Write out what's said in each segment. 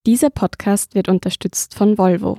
Dieser Podcast wird unterstützt von Volvo.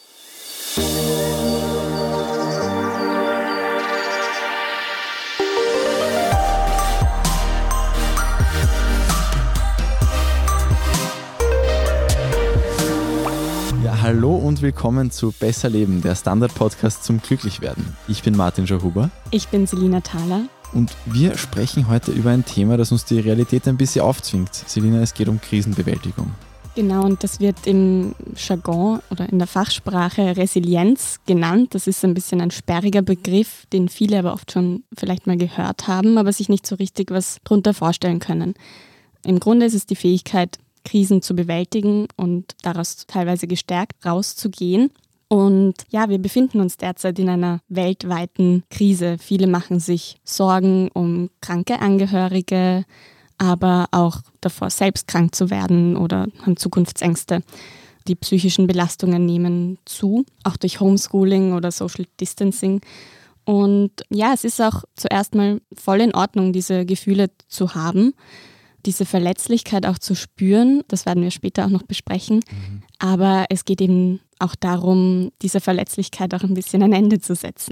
Ja, hallo und willkommen zu Besser Leben, der Standard-Podcast zum Glücklichwerden. Ich bin Martin Schauhuber. Ich bin Selina Thaler. Und wir sprechen heute über ein Thema, das uns die Realität ein bisschen aufzwingt. Selina, es geht um Krisenbewältigung. Genau, und das wird im Jargon oder in der Fachsprache Resilienz genannt. Das ist ein bisschen ein sperriger Begriff, den viele aber oft schon vielleicht mal gehört haben, aber sich nicht so richtig was drunter vorstellen können. Im Grunde ist es die Fähigkeit, Krisen zu bewältigen und daraus teilweise gestärkt rauszugehen. Und ja, wir befinden uns derzeit in einer weltweiten Krise. Viele machen sich Sorgen um kranke Angehörige, aber auch davor, selbst krank zu werden oder haben Zukunftsängste. Die psychischen Belastungen nehmen zu, auch durch Homeschooling oder Social Distancing. Und ja, es ist auch zuerst mal voll in Ordnung, diese Gefühle zu haben, diese Verletzlichkeit auch zu spüren. Das werden wir später auch noch besprechen. Aber es geht eben auch darum, dieser Verletzlichkeit auch ein bisschen ein Ende zu setzen.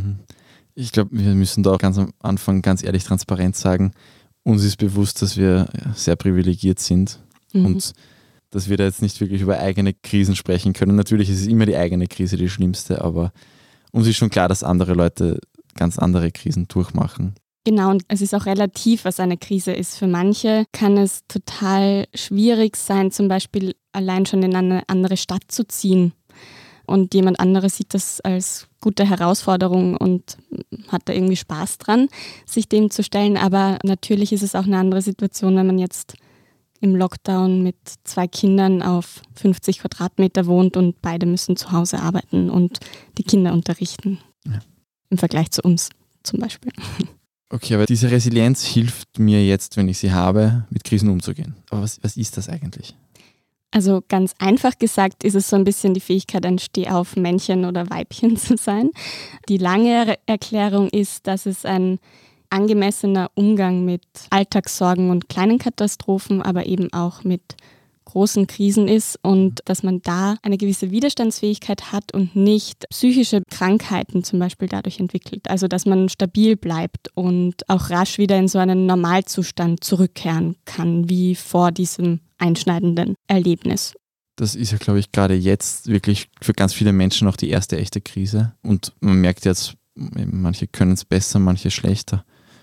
Ich glaube, wir müssen da auch ganz am Anfang ganz ehrlich transparent sagen, uns ist bewusst, dass wir sehr privilegiert sind und dass wir da jetzt nicht wirklich über eigene Krisen sprechen können. Natürlich ist es immer die eigene Krise die schlimmste, aber uns ist schon klar, dass andere Leute ganz andere Krisen durchmachen. Genau, und es ist auch relativ, was eine Krise ist. Für manche kann es total schwierig sein, zum Beispiel allein schon in eine andere Stadt zu ziehen. Und jemand anderes sieht das als gute Herausforderung und hat da irgendwie Spaß dran, sich dem zu stellen. Aber natürlich ist es auch eine andere Situation, wenn man jetzt im Lockdown mit 2 Kindern auf 50 Quadratmeter wohnt und beide müssen zu Hause arbeiten und die Kinder unterrichten. Ja. Im Vergleich zu uns zum Beispiel. Okay, aber diese Resilienz hilft mir jetzt, wenn ich sie habe, mit Krisen umzugehen. Aber was ist das eigentlich? Also ganz einfach gesagt ist es so ein bisschen die Fähigkeit, ein Stehauf-Männchen oder Weibchen zu sein. Die lange Erklärung ist, dass es ein angemessener Umgang mit Alltagssorgen und kleinen Katastrophen, aber eben auch mit großen Krisen ist und dass man da eine gewisse Widerstandsfähigkeit hat und nicht psychische Krankheiten zum Beispiel dadurch entwickelt. Also dass man stabil bleibt und auch rasch wieder in so einen Normalzustand zurückkehren kann, wie vor diesem einschneidenden Erlebnis. Das ist ja, glaube ich, gerade jetzt wirklich für ganz viele Menschen auch die erste echte Krise. Und man merkt jetzt, manche können es besser, manche schlechter.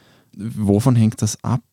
Wovon hängt das ab?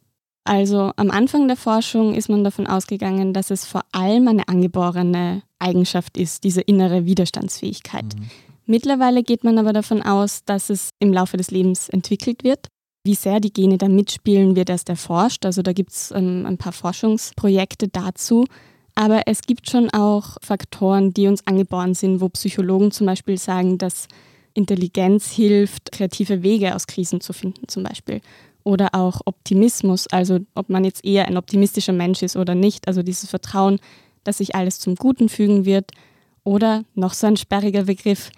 Also am Anfang der Forschung ist man davon ausgegangen, dass es vor allem eine angeborene Eigenschaft ist, diese innere Widerstandsfähigkeit. Mittlerweile geht man aber davon aus, dass es im Laufe des Lebens entwickelt wird. Wie sehr die Gene da mitspielen, wird erst erforscht. Also da gibt es ein paar Forschungsprojekte dazu. Aber es gibt schon auch Faktoren, die uns angeboren sind, wo Psychologen zum Beispiel sagen, dass Intelligenz hilft, kreative Wege aus Krisen zu finden zum Beispiel. Oder auch Optimismus, also ob man jetzt eher ein optimistischer Mensch ist oder nicht. Also dieses Vertrauen, dass sich alles zum Guten fügen wird. Oder noch so ein sperriger Begriff,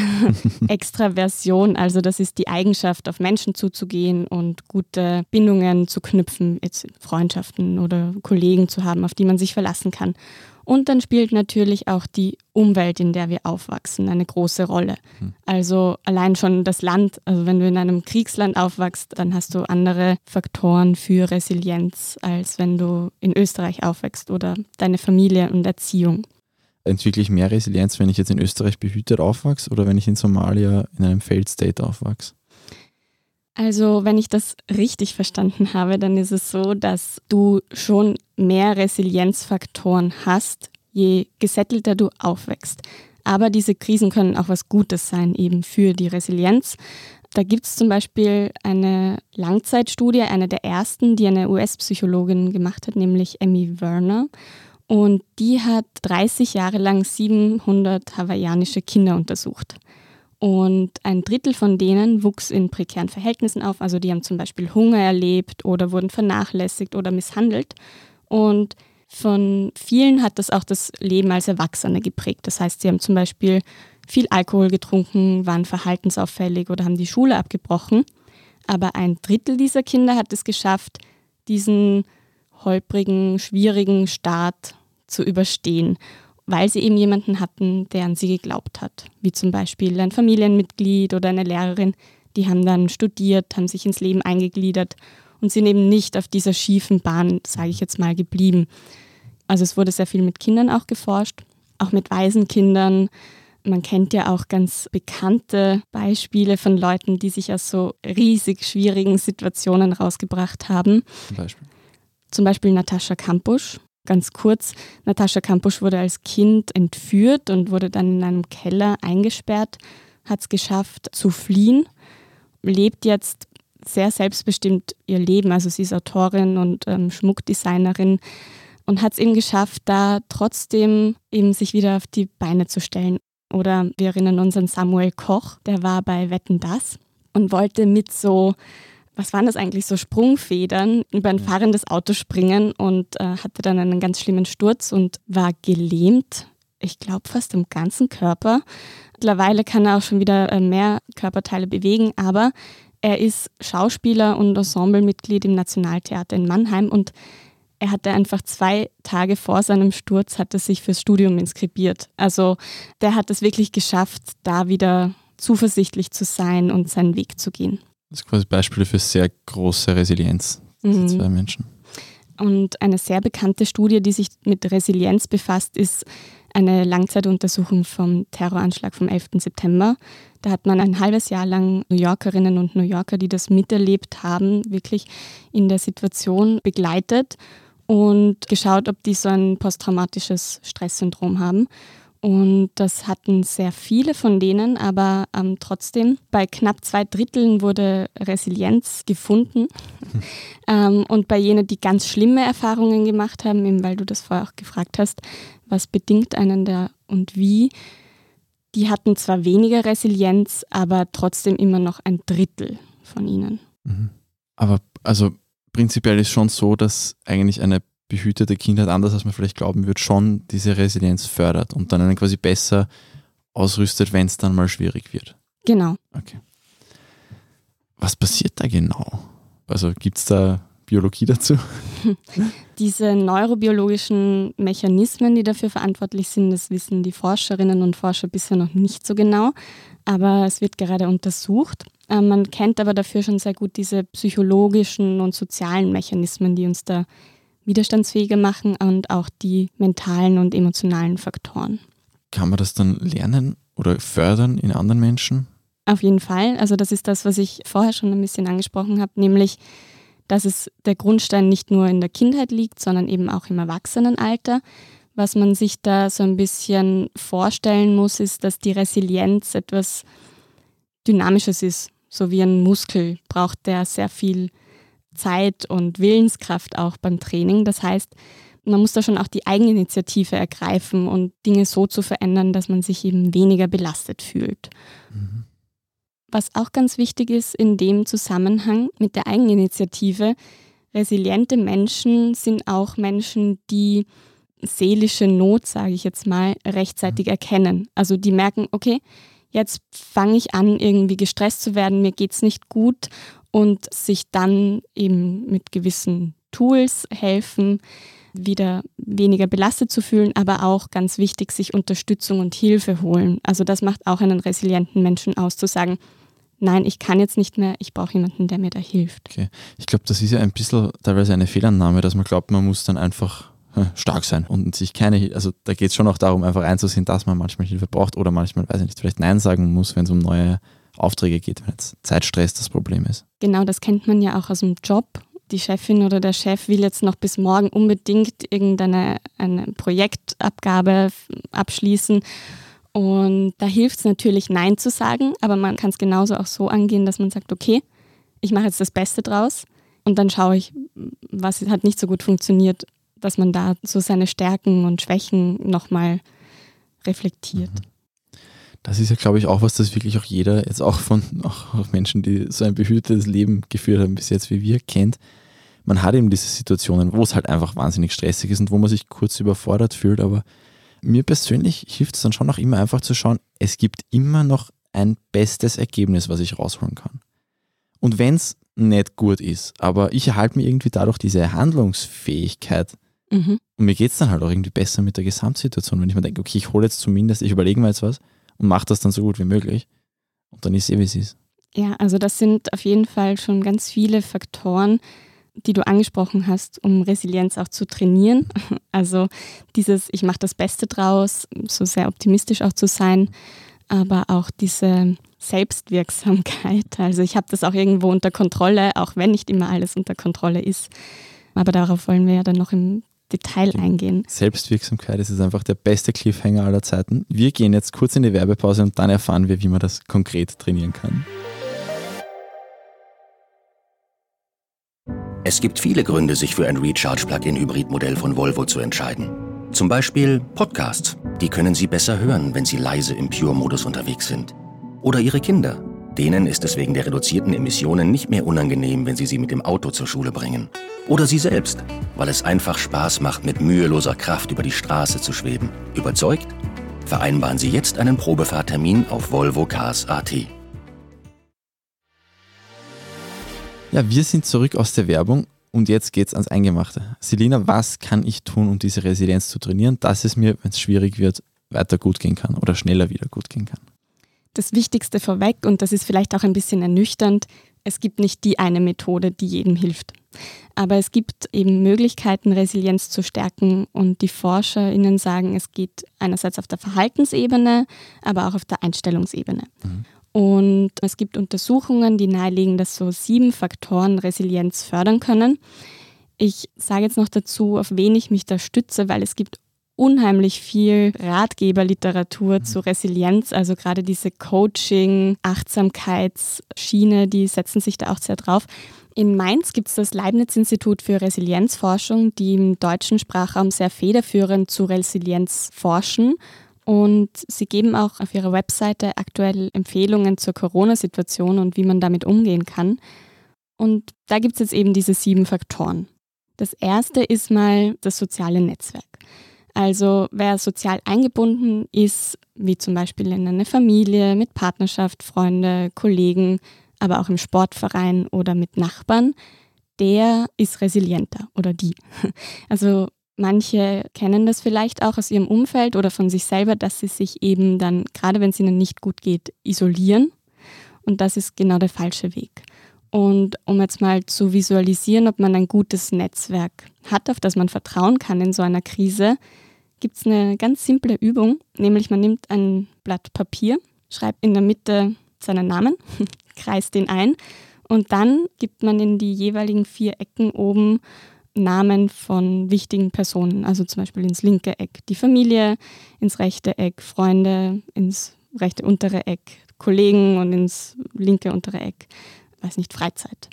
Extraversion, also das ist die Eigenschaft, auf Menschen zuzugehen und gute Bindungen zu knüpfen, jetzt Freundschaften oder Kollegen zu haben, auf die man sich verlassen kann. Und dann spielt natürlich auch die Umwelt, in der wir aufwachsen, eine große Rolle. Also allein schon das Land, also wenn du in einem Kriegsland aufwachst, dann hast du andere Faktoren für Resilienz, als wenn du in Österreich aufwächst oder deine Familie und Erziehung. Entwickle ich mehr Resilienz, wenn ich jetzt in Österreich behütet aufwachse oder wenn ich in Somalia in einem Failed State aufwachse? Also wenn ich das richtig verstanden habe, dann ist es so, dass du schon mehr Resilienzfaktoren hast, je gesettelter du aufwächst. Aber diese Krisen können auch was Gutes sein, eben für die Resilienz. Da gibt es zum Beispiel eine Langzeitstudie, eine der ersten, die eine US-Psychologin gemacht hat, nämlich Emmy Werner. Und die hat 30 Jahre lang 700 hawaiianische Kinder untersucht. Und ein Drittel von denen wuchs in prekären Verhältnissen auf. Also die haben zum Beispiel Hunger erlebt oder wurden vernachlässigt oder misshandelt. Und von vielen hat das auch das Leben als Erwachsene geprägt. Das heißt, sie haben zum Beispiel viel Alkohol getrunken, waren verhaltensauffällig oder haben die Schule abgebrochen. Aber ein Drittel dieser Kinder hat es geschafft, diesen holprigen, schwierigen Start zu überstehen, weil sie eben jemanden hatten, der an sie geglaubt hat, wie zum Beispiel ein Familienmitglied oder eine Lehrerin. Die haben dann studiert, haben sich ins Leben eingegliedert und sind eben nicht auf dieser schiefen Bahn, sage ich jetzt mal, geblieben. Also es wurde sehr viel mit Kindern auch geforscht, auch mit Waisenkindern. Man kennt ja auch ganz bekannte Beispiele von Leuten, die sich aus so riesig schwierigen Situationen rausgebracht haben. Zum Beispiel Natascha Kampusch. Ganz kurz, Natascha Kampusch wurde als Kind entführt und wurde dann in einem Keller eingesperrt, hat es geschafft zu fliehen, lebt jetzt sehr selbstbestimmt ihr Leben. Also sie ist Autorin und Schmuckdesignerin und hat es eben geschafft, da trotzdem eben sich wieder auf die Beine zu stellen. Oder wir erinnern uns an Samuel Koch, der war bei Wetten, dass und wollte mit so, was waren das eigentlich, so Sprungfedern über ein fahrendes Auto springen und hatte dann einen ganz schlimmen Sturz und war gelähmt, ich glaube fast am ganzen Körper. Mittlerweile kann er auch schon wieder mehr Körperteile bewegen, aber er ist Schauspieler und Ensemblemitglied im Nationaltheater in Mannheim und er hatte einfach 2 Tage vor seinem Sturz, hat er sich fürs Studium inskribiert. Also der hat es wirklich geschafft, da wieder zuversichtlich zu sein und seinen Weg zu gehen. Das ist quasi Beispiele für sehr große Resilienz, diese 2 Menschen. Und eine sehr bekannte Studie, die sich mit Resilienz befasst, ist eine Langzeituntersuchung vom Terroranschlag vom 11. September. Da hat man ein halbes Jahr lang New Yorkerinnen und New Yorker, die das miterlebt haben, wirklich in der Situation begleitet und geschaut, ob die so ein posttraumatisches Stresssyndrom haben. Und das hatten sehr viele von denen, aber trotzdem, bei knapp 2/3 wurde Resilienz gefunden. Und bei jenen, die ganz schlimme Erfahrungen gemacht haben, eben weil du das vorher auch gefragt hast, was bedingt einen da und wie, die hatten zwar weniger Resilienz, aber trotzdem immer noch 1/3 von ihnen. Aber also prinzipiell ist schon so, dass eigentlich eine behütete Kindheit, anders als man vielleicht glauben wird, schon diese Resilienz fördert und dann einen quasi besser ausrüstet, wenn es dann mal schwierig wird. Genau. Okay. Was passiert da genau? Also gibt es da Biologie dazu? Diese neurobiologischen Mechanismen, die dafür verantwortlich sind, das wissen die Forscherinnen und Forscher bisher noch nicht so genau, aber es wird gerade untersucht. Man kennt aber dafür schon sehr gut diese psychologischen und sozialen Mechanismen, die uns da widerstandsfähiger machen und auch die mentalen und emotionalen Faktoren. Kann man das dann lernen oder fördern in anderen Menschen? Auf jeden Fall. Also das ist das, was ich vorher schon ein bisschen angesprochen habe, nämlich, dass es der Grundstein nicht nur in der Kindheit liegt, sondern eben auch im Erwachsenenalter. Was man sich da so ein bisschen vorstellen muss, ist, dass die Resilienz etwas Dynamisches ist. So wie ein Muskel braucht der sehr viel Zeit und Willenskraft auch beim Training. Das heißt, man muss da schon auch die Eigeninitiative ergreifen und Dinge so zu verändern, dass man sich eben weniger belastet fühlt. Was auch ganz wichtig ist in dem Zusammenhang mit der Eigeninitiative, resiliente Menschen sind auch Menschen, die seelische Not, sage ich jetzt mal, rechtzeitig erkennen. Also die merken, okay, jetzt fange ich an, irgendwie gestresst zu werden, mir geht es nicht gut und sich dann eben mit gewissen Tools helfen, wieder weniger belastet zu fühlen, aber auch ganz wichtig, sich Unterstützung und Hilfe holen. Also das macht auch einen resilienten Menschen aus, zu sagen, nein, ich kann jetzt nicht mehr, ich brauche jemanden, der mir da hilft. Okay. Ich glaube, das ist ja ein bisschen teilweise eine Fehlannahme, dass man glaubt, man muss dann einfach stark sein und sich keine, also da geht es schon auch darum, einfach einzusehen, dass man manchmal Hilfe braucht oder manchmal, weiß ich nicht, vielleicht Nein sagen muss, wenn es um neue Aufträge geht, wenn jetzt Zeitstress das Problem ist. Genau, das kennt man ja auch aus dem Job. Die Chefin oder der Chef will jetzt noch bis morgen unbedingt eine Projektabgabe abschließen. Und da hilft es natürlich, Nein zu sagen, aber man kann es genauso auch so angehen, dass man sagt, okay, ich mache jetzt das Beste draus und dann schaue ich, was hat nicht so gut funktioniert, dass man da so seine Stärken und Schwächen nochmal reflektiert. Das ist ja, glaube ich, auch was, das wirklich auch jeder, jetzt auch von auch Menschen, die so ein behütetes Leben geführt haben bis jetzt wie wir, kennt. Man hat eben diese Situationen, wo es halt einfach wahnsinnig stressig ist und wo man sich kurz überfordert fühlt, aber mir persönlich hilft es dann schon auch immer einfach zu schauen, es gibt immer noch ein bestes Ergebnis, was ich rausholen kann. Und wenn es nicht gut ist, aber ich erhalte mir irgendwie dadurch diese Handlungsfähigkeit, Mhm. Und mir geht es dann halt auch irgendwie besser mit der Gesamtsituation, wenn ich mir denke, okay, ich hole jetzt zumindest, ich überlege mir jetzt was und mache das dann so gut wie möglich. Und dann ist wie es ist. Ja, also das sind auf jeden Fall schon ganz viele Faktoren, die du angesprochen hast, um Resilienz auch zu trainieren. Also dieses, ich mache das Beste draus, so sehr optimistisch auch zu sein, aber auch diese Selbstwirksamkeit. Also ich habe das auch irgendwo unter Kontrolle, auch wenn nicht immer alles unter Kontrolle ist. Aber darauf wollen wir ja dann noch im Detail eingehen. Selbstwirksamkeit, das ist einfach der beste Cliffhanger aller Zeiten. Wir gehen jetzt kurz in die Werbepause und dann erfahren wir, wie man das konkret trainieren kann. Es gibt viele Gründe, sich für ein Recharge-Plug-in-Hybrid-Modell von Volvo zu entscheiden. Zum Beispiel Podcasts. Die können Sie besser hören, wenn Sie leise im Pure-Modus unterwegs sind. Oder Ihre Kinder. Denen ist es wegen der reduzierten Emissionen nicht mehr unangenehm, wenn Sie sie mit dem Auto zur Schule bringen. Oder Sie selbst, weil es einfach Spaß macht, mit müheloser Kraft über die Straße zu schweben. Überzeugt? Vereinbaren Sie jetzt einen Probefahrtermin auf volvocars.at. Ja, wir sind zurück aus der Werbung und jetzt geht's ans Eingemachte. Selina, was kann ich tun, um diese Resilienz zu trainieren, dass es mir, wenn es schwierig wird, weiter gut gehen kann oder schneller wieder gut gehen kann? Das Wichtigste vorweg, und das ist vielleicht auch ein bisschen ernüchternd, es gibt nicht die eine Methode, die jedem hilft. Aber es gibt eben Möglichkeiten, Resilienz zu stärken, und die ForscherInnen sagen, es geht einerseits auf der Verhaltensebene, aber auch auf der Einstellungsebene. Mhm. Und es gibt Untersuchungen, die nahelegen, dass so 7 Faktoren Resilienz fördern können. Ich sage jetzt noch dazu, auf wen ich mich da stütze, weil es gibt unheimlich viel Ratgeberliteratur zu Resilienz, also gerade diese Coaching-, Achtsamkeitsschiene, die setzen sich da auch sehr drauf. In Mainz gibt es das Leibniz-Institut für Resilienzforschung, die im deutschen Sprachraum sehr federführend zu Resilienz forschen. Und sie geben auch auf ihrer Webseite aktuell Empfehlungen zur Corona-Situation und wie man damit umgehen kann. Und da gibt es jetzt eben diese 7 Faktoren. Das erste ist mal das soziale Netzwerk. Also wer sozial eingebunden ist, wie zum Beispiel in eine Familie, mit Partnerschaft, Freunde, Kollegen, aber auch im Sportverein oder mit Nachbarn, der ist resilienter oder die. Also manche kennen das vielleicht auch aus ihrem Umfeld oder von sich selber, dass sie sich eben dann, gerade wenn es ihnen nicht gut geht, isolieren. Und das ist genau der falsche Weg. Und um jetzt mal zu visualisieren, ob man ein gutes Netzwerk hat, auf das man vertrauen kann in so einer Krise, gibt es eine ganz simple Übung, nämlich man nimmt ein Blatt Papier, schreibt in der Mitte seinen Namen, kreist den ein und dann gibt man in die jeweiligen 4 Ecken oben Namen von wichtigen Personen, also zum Beispiel ins linke Eck die Familie, ins rechte Eck Freunde, ins rechte untere Eck Kollegen und ins linke untere Eck, weiß nicht, Freizeit.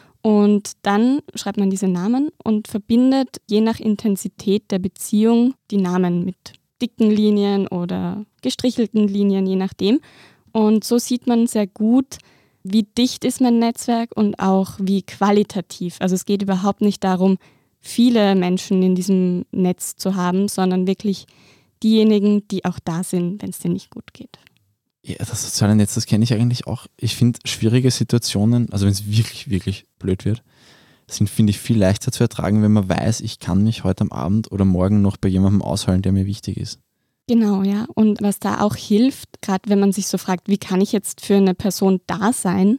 Und dann schreibt man diese Namen und verbindet je nach Intensität der Beziehung die Namen mit dicken Linien oder gestrichelten Linien, je nachdem. Und so sieht man sehr gut, wie dicht ist mein Netzwerk und auch wie qualitativ. Also es geht überhaupt nicht darum, viele Menschen in diesem Netz zu haben, sondern wirklich diejenigen, die auch da sind, wenn es denen nicht gut geht. Ja, das soziale Netz, das kenne ich eigentlich auch. Ich finde schwierige Situationen, also wenn es wirklich, wirklich blöd wird, sind, finde ich, viel leichter zu ertragen, wenn man weiß, ich kann mich heute am Abend oder morgen noch bei jemandem aushalten, der mir wichtig ist. Genau, ja. Und was da auch hilft, gerade wenn man sich so fragt, wie kann ich jetzt für eine Person da sein,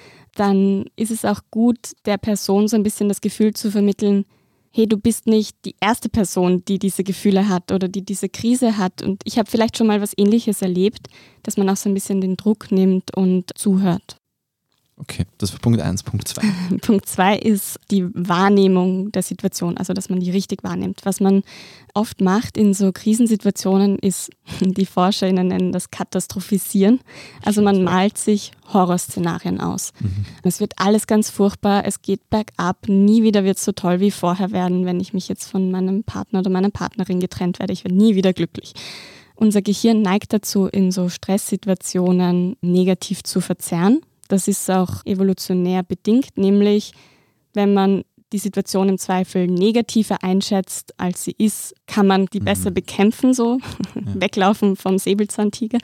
dann ist es auch gut, der Person so ein bisschen das Gefühl zu vermitteln, hey, du bist nicht die erste Person, die diese Gefühle hat oder die diese Krise hat. Und ich habe vielleicht schon mal was Ähnliches erlebt, dass man auch so ein bisschen den Druck nimmt und zuhört. Okay, das war Punkt 1. Punkt 2. Punkt 2 ist die Wahrnehmung der Situation, also dass man die richtig wahrnimmt. Was man oft macht in so Krisensituationen ist, die ForscherInnen nennen das Katastrophisieren. Also man malt sich Horrorszenarien aus. Es wird alles ganz furchtbar, es geht bergab, nie wieder wird es so toll wie vorher werden, wenn ich mich jetzt von meinem Partner oder meiner Partnerin getrennt werde. Ich werde nie wieder glücklich. Unser Gehirn neigt dazu, in so Stresssituationen negativ zu verzerren. Das ist auch evolutionär bedingt, nämlich wenn man die Situation im Zweifel negativer einschätzt, als sie ist, kann man die besser bekämpfen, so weglaufen vom Säbelzahntiger,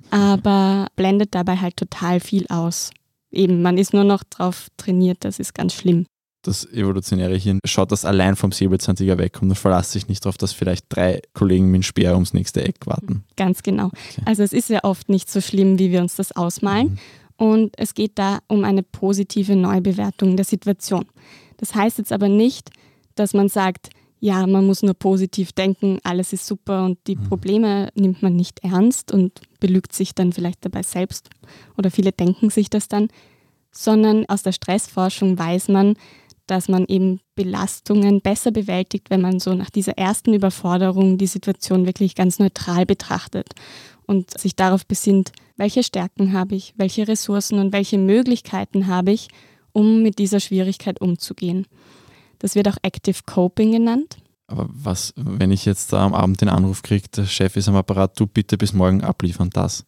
aber blendet dabei halt total viel aus. Eben, man ist nur noch drauf trainiert, das ist ganz schlimm. das evolutionäre Hirn schaut das allein vom Säbelzahntiger weg und verlässt sich nicht darauf, dass vielleicht 3 Kollegen mit dem Speer ums nächste Eck warten. Ganz genau. Okay. Also es ist ja oft nicht so schlimm, wie wir uns das ausmalen. Und es geht da um eine positive Neubewertung der Situation. Das heißt jetzt aber nicht, dass man sagt, ja, man muss nur positiv denken, alles ist super und die Probleme nimmt man nicht ernst und belügt sich dann vielleicht dabei selbst oder viele denken sich das dann, sondern aus der Stressforschung weiß man, dass man eben Belastungen besser bewältigt, wenn man so nach dieser ersten Überforderung die Situation wirklich ganz neutral betrachtet und sich darauf besinnt, welche Stärken habe ich, welche Ressourcen und welche Möglichkeiten habe ich, um mit dieser Schwierigkeit umzugehen. Das wird auch Active Coping genannt. Aber was, wenn ich jetzt da am Abend den Anruf kriege, der Chef ist am Apparat, du bitte bis morgen abliefern das.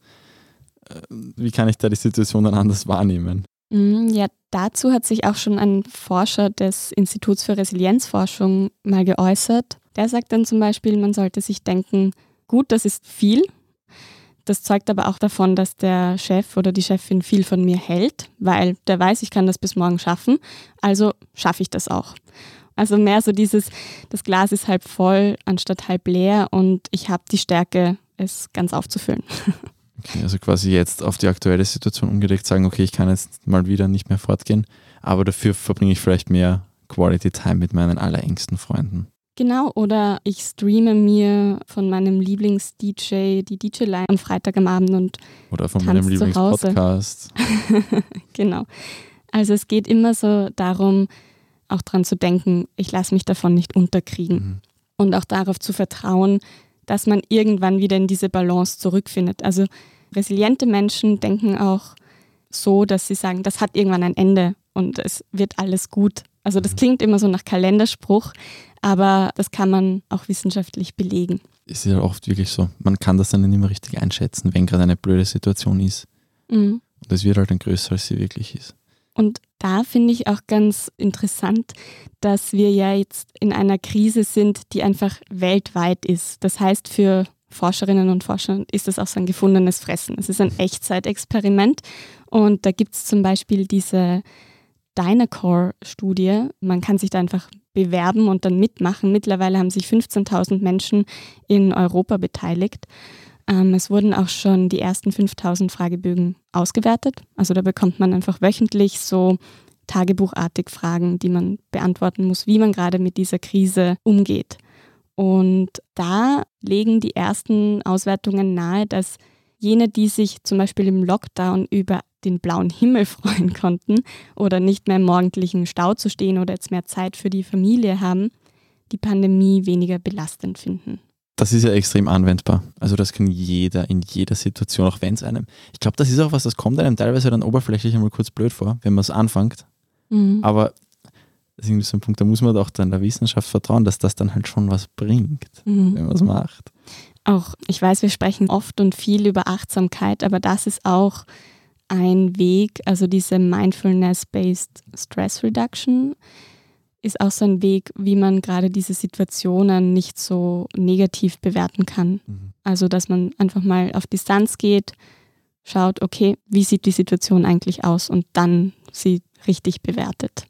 Wie kann ich da die Situation dann anders wahrnehmen? Ja, dazu hat sich auch schon ein Forscher des Instituts für Resilienzforschung mal geäußert. Der sagt dann zum Beispiel, man sollte sich denken, gut, das ist viel. Das zeugt aber auch davon, dass der Chef oder die Chefin viel von mir hält, weil der weiß, ich kann das bis morgen schaffen, also schaffe ich das auch. Also mehr so dieses, das Glas ist halb voll anstatt halb leer und ich habe die Stärke, es ganz aufzufüllen. Okay, also quasi jetzt auf die aktuelle Situation umgelegt sagen, okay, ich kann jetzt mal wieder nicht mehr fortgehen, aber dafür verbringe ich vielleicht mehr Quality Time mit meinen allerengsten Freunden. Genau, oder ich streame mir von meinem Lieblings-DJ die DJ-Line am Freitag am Abend und oder von meinem Lieblings-Podcast. Genau. Also es geht immer so darum, auch dran zu denken, ich lasse mich davon nicht unterkriegen. Und auch darauf zu vertrauen, dass man irgendwann wieder in diese Balance zurückfindet. Also resiliente Menschen denken auch so, dass sie sagen, das hat irgendwann ein Ende und es wird alles gut. Also das klingt immer so nach Kalenderspruch, aber das kann man auch wissenschaftlich belegen. Ist ja oft wirklich so. Man kann das dann nicht mehr richtig einschätzen, wenn gerade eine blöde Situation ist. Und es wird halt dann größer, als sie wirklich ist. Und da finde ich auch ganz interessant, dass wir ja jetzt in einer Krise sind, die einfach weltweit ist. Das heißt, für Forscherinnen und Forscher ist das auch so ein gefundenes Fressen. Es ist ein Echtzeitexperiment und da gibt es zum Beispiel diese Dynacore-Studie. Man kann sich da einfach bewerben und dann mitmachen. Mittlerweile haben sich 15.000 Menschen in Europa beteiligt. Es wurden auch schon die ersten 5.000 Fragebögen ausgewertet. Also da bekommt man einfach wöchentlich so tagebuchartig Fragen, die man beantworten muss, wie man gerade mit dieser Krise umgeht. Und da legen die ersten Auswertungen nahe, dass jene, die sich zum Beispiel im Lockdown über den blauen Himmel freuen konnten oder nicht mehr im morgendlichen Stau zu stehen oder jetzt mehr Zeit für die Familie haben, die Pandemie weniger belastend finden. Das ist ja extrem anwendbar. Also das kann jeder in jeder Situation, auch wenn es einem... Ich glaube, das ist auch was, das kommt einem teilweise dann oberflächlich einmal kurz blöd vor, wenn man es anfängt. Aber das ist irgendwie so ein Punkt, da muss man auch dann der Wissenschaft vertrauen, dass das dann halt schon was bringt, wenn man es macht. Auch, ich weiß, wir sprechen oft und viel über Achtsamkeit, aber das ist auch ein Weg, also diese Mindfulness-Based Stress Reduction ist auch so ein Weg, wie man gerade diese Situationen nicht so negativ bewerten kann. Also, dass man einfach mal auf Distanz geht, schaut, okay, wie sieht die Situation eigentlich aus und dann sie richtig bewertet.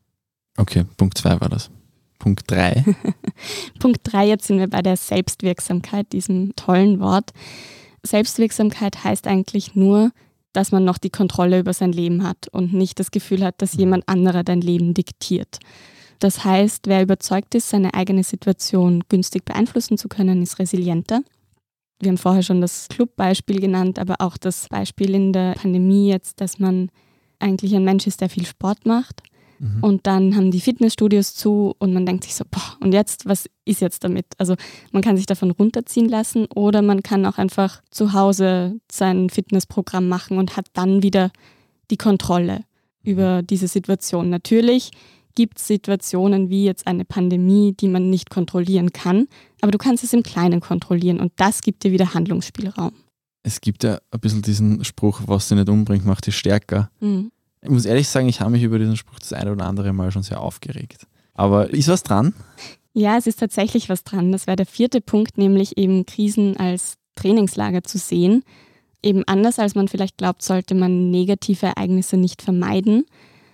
Okay, Punkt 2 war das. Punkt 3. Punkt 3, jetzt sind wir bei der Selbstwirksamkeit, diesem tollen Wort. Selbstwirksamkeit heißt eigentlich nur, dass man noch die Kontrolle über sein Leben hat und nicht das Gefühl hat, dass jemand anderer dein Leben diktiert. Das heißt, wer überzeugt ist, seine eigene Situation günstig beeinflussen zu können, ist resilienter. Wir haben vorher schon das Clubbeispiel genannt, aber auch das Beispiel in der Pandemie jetzt, dass man eigentlich ein Mensch ist, der viel Sport macht. Und dann haben die Fitnessstudios zu und man denkt sich so, boah, und jetzt, was ist jetzt damit? Also man kann sich davon runterziehen lassen oder man kann auch einfach zu Hause sein Fitnessprogramm machen und hat dann wieder die Kontrolle über diese Situation. Natürlich gibt es Situationen wie jetzt eine Pandemie, die man nicht kontrollieren kann, aber du kannst es im Kleinen kontrollieren und das gibt dir wieder Handlungsspielraum. Es gibt ja ein bisschen diesen Spruch, was dich nicht umbringt, macht dich stärker. Ich muss ehrlich sagen, ich habe mich über diesen Spruch das eine oder andere Mal schon sehr aufgeregt. Aber ist was dran? Ja, es ist tatsächlich was dran. Das wäre der 4. Punkt, nämlich eben Krisen als Trainingslager zu sehen. Eben anders als man vielleicht glaubt, sollte man negative Ereignisse nicht vermeiden.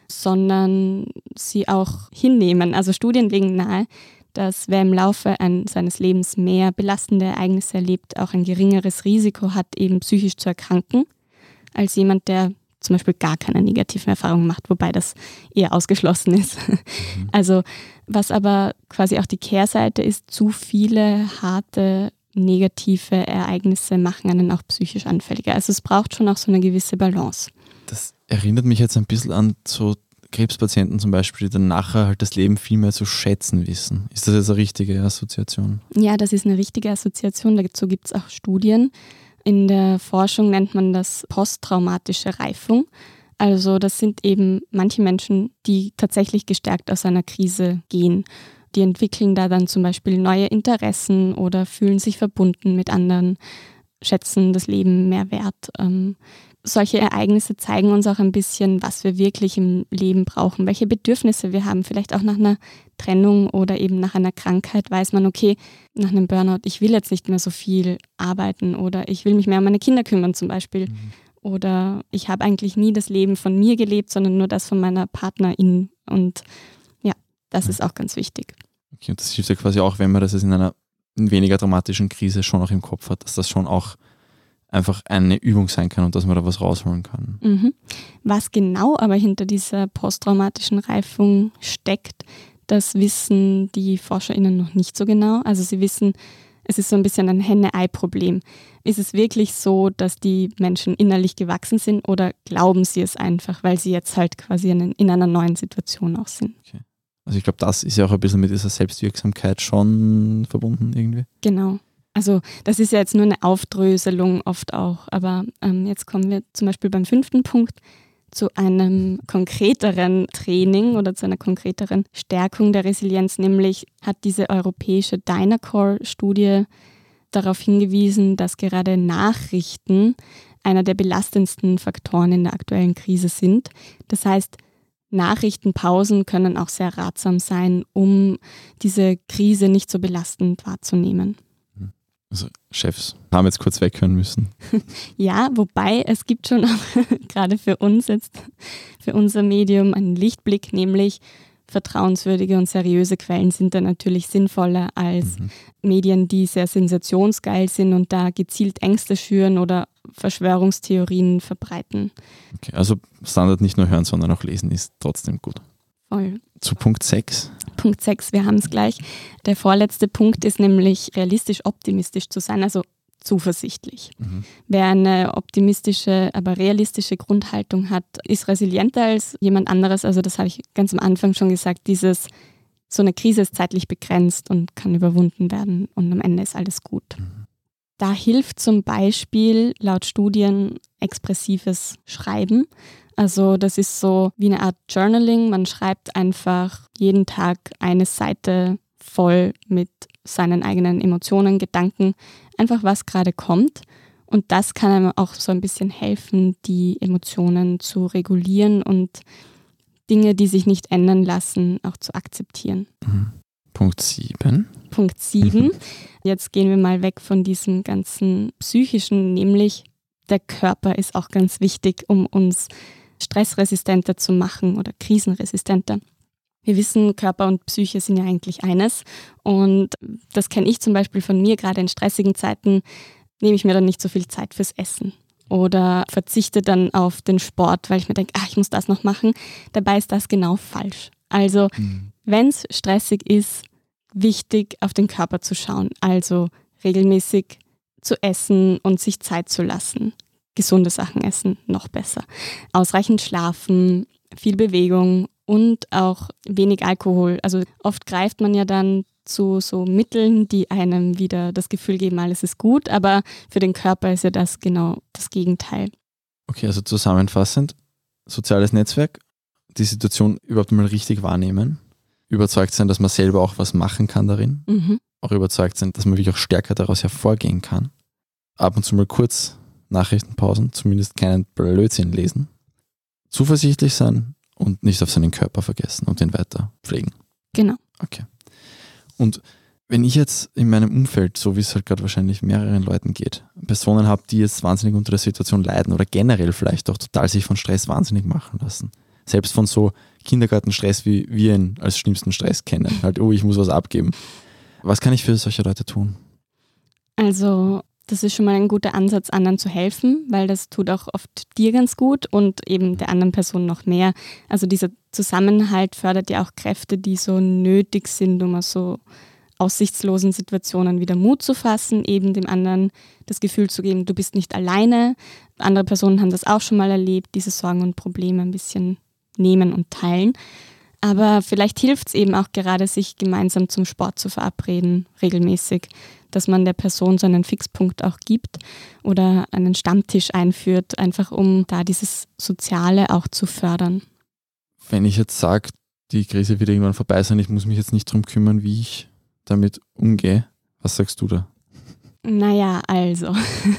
sondern sie auch hinnehmen. Also Studien legen nahe, dass wer im Laufe seines Lebens mehr belastende Ereignisse erlebt, auch ein geringeres Risiko hat, eben psychisch zu erkranken, als jemand, der zum Beispiel gar keine negativen Erfahrungen macht, wobei das eher ausgeschlossen ist. Also was aber quasi auch die Kehrseite ist, zu viele harte negative Ereignisse machen einen auch psychisch anfälliger. Also es braucht schon auch so eine gewisse Balance. Das erinnert mich jetzt ein bisschen an so Krebspatienten zum Beispiel, die dann nachher halt das Leben viel mehr zu schätzen wissen. Ist das jetzt eine richtige Assoziation? Ja, das ist eine richtige Assoziation. Dazu gibt es auch Studien. In der Forschung nennt man das posttraumatische Reifung. Also das sind eben manche Menschen, die tatsächlich gestärkt aus einer Krise gehen. Die entwickeln da dann zum Beispiel neue Interessen oder fühlen sich verbunden mit anderen, schätzen das Leben mehr wert. Solche Ereignisse zeigen uns auch ein bisschen, was wir wirklich im Leben brauchen, welche Bedürfnisse wir haben. Vielleicht auch nach einer Trennung oder eben nach einer Krankheit weiß man, okay, nach einem Burnout, ich will jetzt nicht mehr so viel arbeiten oder ich will mich mehr um meine Kinder kümmern zum Beispiel. Oder ich habe eigentlich nie das Leben von mir gelebt, sondern nur das von meiner Partnerin. Und ja, das ist auch ganz wichtig. Okay, und das hilft ja quasi auch, wenn man das in einer weniger dramatischen Krise schon auch im Kopf hat, dass das schon auch einfach eine Übung sein kann und dass man da was rausholen kann. Was genau aber hinter dieser posttraumatischen Reifung steckt, das wissen die ForscherInnen noch nicht so genau. Also sie wissen, es ist so ein bisschen ein Henne-Ei-Problem. Ist es wirklich so, dass die Menschen innerlich gewachsen sind oder glauben sie es einfach, weil sie jetzt halt quasi in einer neuen Situation auch sind? Okay. Also ich glaube, das ist ja auch ein bisschen mit dieser Selbstwirksamkeit schon verbunden irgendwie. Genau. Also das ist ja jetzt nur eine Aufdröselung oft auch, aber jetzt kommen wir zum Beispiel beim 5. Punkt zu einem konkreteren Training oder zu einer konkreteren Stärkung der Resilienz, nämlich hat diese europäische Dynacore-Studie darauf hingewiesen, dass gerade Nachrichten einer der belastendsten Faktoren in der aktuellen Krise sind. Das heißt, Nachrichtenpausen können auch sehr ratsam sein, um diese Krise nicht so belastend wahrzunehmen. Also Chefs haben jetzt kurz weghören müssen. Ja, wobei es gibt schon auch gerade für uns jetzt, für unser Medium einen Lichtblick, nämlich vertrauenswürdige und seriöse Quellen sind da natürlich sinnvoller als Medien, die sehr sensationsgeil sind und da gezielt Ängste schüren oder Verschwörungstheorien verbreiten. Okay, also Standard nicht nur hören, sondern auch lesen ist trotzdem gut. Voll. Zu Punkt 6. Punkt 6, wir haben es gleich. Der vorletzte Punkt ist nämlich realistisch optimistisch zu sein, also zuversichtlich. Wer eine optimistische, aber realistische Grundhaltung hat, ist resilienter als jemand anderes. Also das habe ich ganz am Anfang schon gesagt, so eine Krise ist zeitlich begrenzt und kann überwunden werden und am Ende ist alles gut. Da hilft zum Beispiel laut Studien expressives Schreiben. Also das ist so wie eine Art Journaling. Man schreibt einfach jeden Tag eine Seite voll mit seinen eigenen Emotionen, Gedanken, einfach was gerade kommt. Und das kann einem auch so ein bisschen helfen, die Emotionen zu regulieren und Dinge, die sich nicht ändern lassen, auch zu akzeptieren. Punkt 7. Punkt 7. Jetzt gehen wir mal weg von diesem ganzen Psychischen, nämlich der Körper ist auch ganz wichtig, um uns stressresistenter zu machen oder krisenresistenter. Wir wissen, Körper und Psyche sind ja eigentlich eines und das kenne ich zum Beispiel von mir, gerade in stressigen Zeiten nehme ich mir dann nicht so viel Zeit fürs Essen oder verzichte dann auf den Sport, weil ich mir denke, ich muss das noch machen. Dabei ist das genau falsch. Also wenn es stressig ist, wichtig auf den Körper zu schauen, also regelmäßig zu essen und sich Zeit zu lassen. Gesunde Sachen essen, noch besser. Ausreichend schlafen, viel Bewegung und auch wenig Alkohol. Also oft greift man ja dann zu so Mitteln, die einem wieder das Gefühl geben, alles ist gut, aber für den Körper ist ja das genau das Gegenteil. Okay, also zusammenfassend, soziales Netzwerk, die Situation überhaupt mal richtig wahrnehmen, überzeugt sein, dass man selber auch was machen kann darin, auch überzeugt sein, dass man wirklich auch stärker daraus hervorgehen kann, ab und zu mal kurz Nachrichtenpausen, zumindest keinen Blödsinn lesen, zuversichtlich sein und nicht auf seinen Körper vergessen und den weiter pflegen. Genau. Okay. Und wenn ich jetzt in meinem Umfeld, so wie es halt gerade wahrscheinlich mehreren Leuten geht, Personen habe, die jetzt wahnsinnig unter der Situation leiden oder generell vielleicht auch total sich von Stress wahnsinnig machen lassen, Selbst von so Kindergartenstress, wie wir ihn als schlimmsten Stress kennen. Halt, oh, ich muss was abgeben. Was kann ich für solche Leute tun? Also das ist schon mal ein guter Ansatz, anderen zu helfen, weil das tut auch oft dir ganz gut und eben der anderen Person noch mehr. Also dieser Zusammenhalt fördert ja auch Kräfte, die so nötig sind, um aus so aussichtslosen Situationen wieder Mut zu fassen, eben dem anderen das Gefühl zu geben, du bist nicht alleine. Andere Personen haben das auch schon mal erlebt, diese Sorgen und Probleme ein bisschen nehmen und teilen. Aber vielleicht hilft es eben auch gerade, sich gemeinsam zum Sport zu verabreden, regelmäßig, dass man der Person so einen Fixpunkt auch gibt oder einen Stammtisch einführt, einfach um da dieses Soziale auch zu fördern. Wenn ich jetzt sage, die Krise wird irgendwann vorbei sein, ich muss mich jetzt nicht darum kümmern, wie ich damit umgehe, was sagst du da? Naja, also,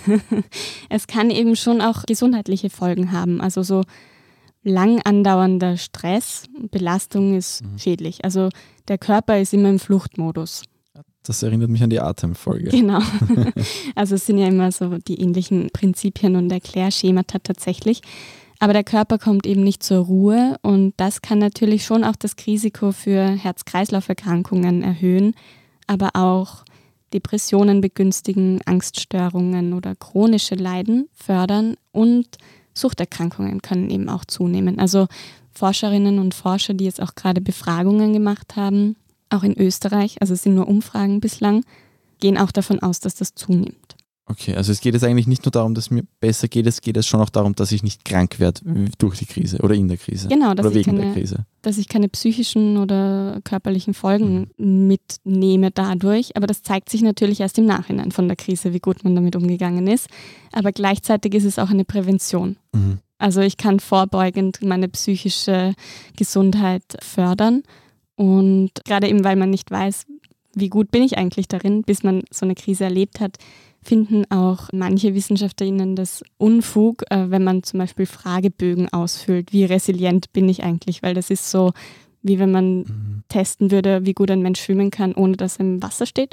es kann eben schon auch gesundheitliche Folgen haben, also so lang andauernder Stress, Belastung ist schädlich. Also der Körper ist immer im Fluchtmodus. Das erinnert mich an die Atemfolge. Genau. Also es sind ja immer so die ähnlichen Prinzipien und Erklärschemata tatsächlich. Aber der Körper kommt eben nicht zur Ruhe und das kann natürlich schon auch das Risiko für Herz-Kreislauf-Erkrankungen erhöhen, aber auch Depressionen begünstigen, Angststörungen oder chronische Leiden fördern und Suchterkrankungen können eben auch zunehmen. Also Forscherinnen und Forscher, die jetzt auch gerade Befragungen gemacht haben, auch in Österreich, also es sind nur Umfragen bislang, gehen auch davon aus, dass das zunimmt. Okay, also es geht jetzt eigentlich nicht nur darum, dass mir besser geht, es geht schon auch darum, dass ich nicht krank werde durch die Krise oder in der Krise. Genau, oder wegen der Krise. Dass ich keine psychischen oder körperlichen Folgen mitnehme dadurch. Aber das zeigt sich natürlich erst im Nachhinein von der Krise, wie gut man damit umgegangen ist. Aber gleichzeitig ist es auch eine Prävention. Also ich kann vorbeugend meine psychische Gesundheit fördern. Und gerade eben, weil man nicht weiß, wie gut bin ich eigentlich darin, bis man so eine Krise erlebt hat, finden auch manche WissenschaftlerInnen das Unfug, wenn man zum Beispiel Fragebögen ausfüllt. Wie resilient bin ich eigentlich? Weil das ist so, wie wenn man testen würde, wie gut ein Mensch schwimmen kann, ohne dass er im Wasser steht.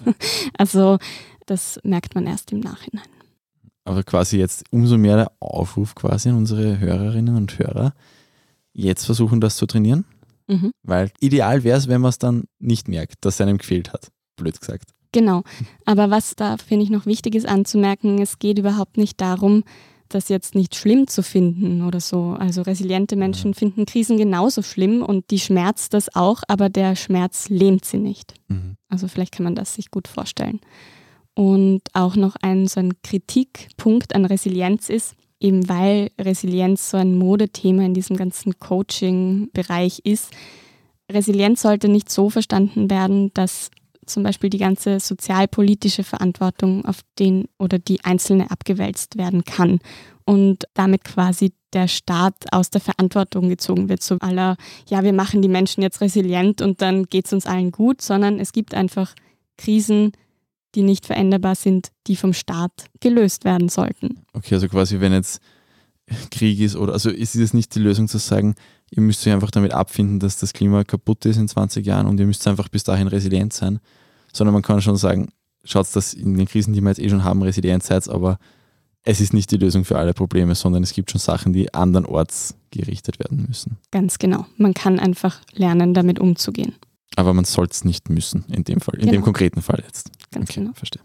Also das merkt man erst im Nachhinein. Aber quasi jetzt umso mehr der Aufruf quasi an unsere Hörerinnen und Hörer, jetzt versuchen, das zu trainieren. Weil ideal wäre es, wenn man es dann nicht merkt, dass es einem gefehlt hat. Blöd gesagt. Genau, aber was da, finde ich, noch wichtig ist anzumerken, es geht überhaupt nicht darum, das jetzt nicht schlimm zu finden oder so. Also resiliente Menschen finden Krisen genauso schlimm und die schmerzt das auch, aber der Schmerz lähmt sie nicht. Also vielleicht kann man das sich gut vorstellen. Und auch noch so ein Kritikpunkt an Resilienz ist, eben weil Resilienz so ein Modethema in diesem ganzen Coaching-Bereich ist. Resilienz sollte nicht so verstanden werden, dass zum Beispiel die ganze sozialpolitische Verantwortung auf den oder die Einzelne abgewälzt werden kann und damit quasi der Staat aus der Verantwortung gezogen wird, so aller, ja, wir machen die Menschen jetzt resilient und dann geht es uns allen gut, sondern es gibt einfach Krisen, die nicht veränderbar sind, die vom Staat gelöst werden sollten. Okay, also quasi, wenn jetzt Krieg ist oder, also ist es nicht die Lösung zu sagen, ihr müsst euch einfach damit abfinden, dass das Klima kaputt ist in 20 Jahren und ihr müsst einfach bis dahin resilient sein, sondern man kann schon sagen, schaut, dass in den Krisen, die wir jetzt schon haben, resilient seid, aber es ist nicht die Lösung für alle Probleme, sondern es gibt schon Sachen, die andernorts gerichtet werden müssen. Ganz genau. Man kann einfach lernen, damit umzugehen. Aber man soll es nicht müssen, in dem Fall, in dem konkreten Fall jetzt. Ganz genau. Verstehe.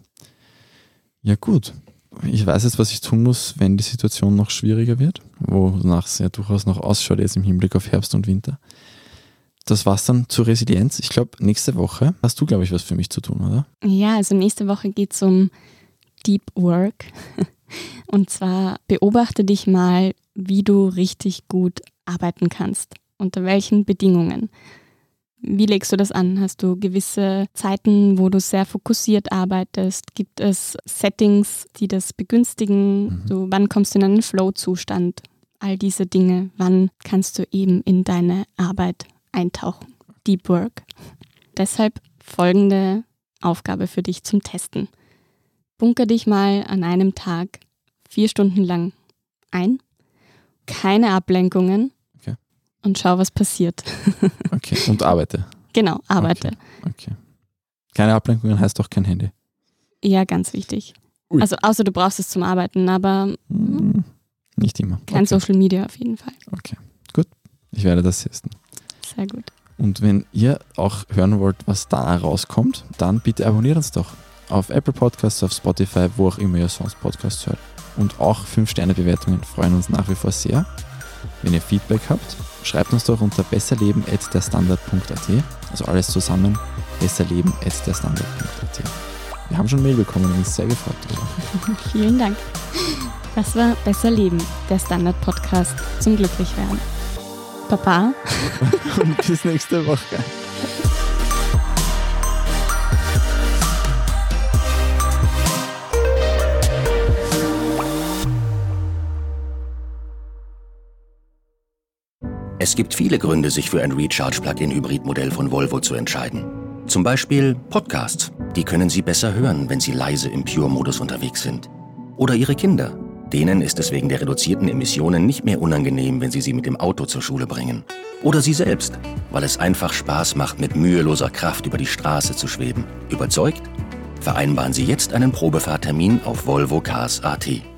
Ja gut, ich weiß jetzt, was ich tun muss, wenn die Situation noch schwieriger wird, wonach es ja durchaus noch ausschaut jetzt im Hinblick auf Herbst und Winter. Das war's dann zur Resilienz. Ich glaube, nächste Woche hast du, glaube ich, was für mich zu tun, oder? Ja, also nächste Woche geht es um Deep Work. Und zwar beobachte dich mal, wie du richtig gut arbeiten kannst. Unter welchen Bedingungen. Wie legst du das an? Hast du gewisse Zeiten, wo du sehr fokussiert arbeitest? Gibt es Settings, die das begünstigen? So, wann kommst du in einen Flow-Zustand? All diese Dinge. Wann kannst du eben in deine Arbeit eintauchen? Deep Work. Deshalb folgende Aufgabe für dich zum Testen. Bunker dich mal an einem Tag 4 Stunden lang ein. Keine Ablenkungen. Und schau, was passiert. Okay, und arbeite. Genau, arbeite. Okay. Keine Ablenkungen heißt doch kein Handy. Ja, ganz wichtig. Ui. Also außer du brauchst es zum Arbeiten, aber nicht immer. Kein Social Media auf jeden Fall. Okay, gut. Ich werde das testen. Sehr gut. Und wenn ihr auch hören wollt, was da rauskommt, dann bitte abonniert uns doch auf Apple Podcasts, auf Spotify, wo auch immer ihr sonst Podcasts hört. Und auch 5-Sterne-Bewertungen freuen uns nach wie vor sehr. Wenn ihr Feedback habt, schreibt uns doch unter besserleben@derstandard.at. Also alles zusammen, besserleben@derstandard.at. Wir haben schon Mail bekommen und uns sehr gefreut darüber. Vielen Dank. Das war Besser Leben, der Standard-Podcast zum Glücklichwerden. Papa. Und bis nächste Woche. Es gibt viele Gründe, sich für ein Recharge-Plug-in-Hybrid-Modell von Volvo zu entscheiden. Zum Beispiel Podcasts. Die können Sie besser hören, wenn Sie leise im Pure-Modus unterwegs sind. Oder Ihre Kinder. Denen ist es wegen der reduzierten Emissionen nicht mehr unangenehm, wenn Sie sie mit dem Auto zur Schule bringen. Oder Sie selbst, weil es einfach Spaß macht, mit müheloser Kraft über die Straße zu schweben. Überzeugt? Vereinbaren Sie jetzt einen Probefahrtermin auf volvocars.at.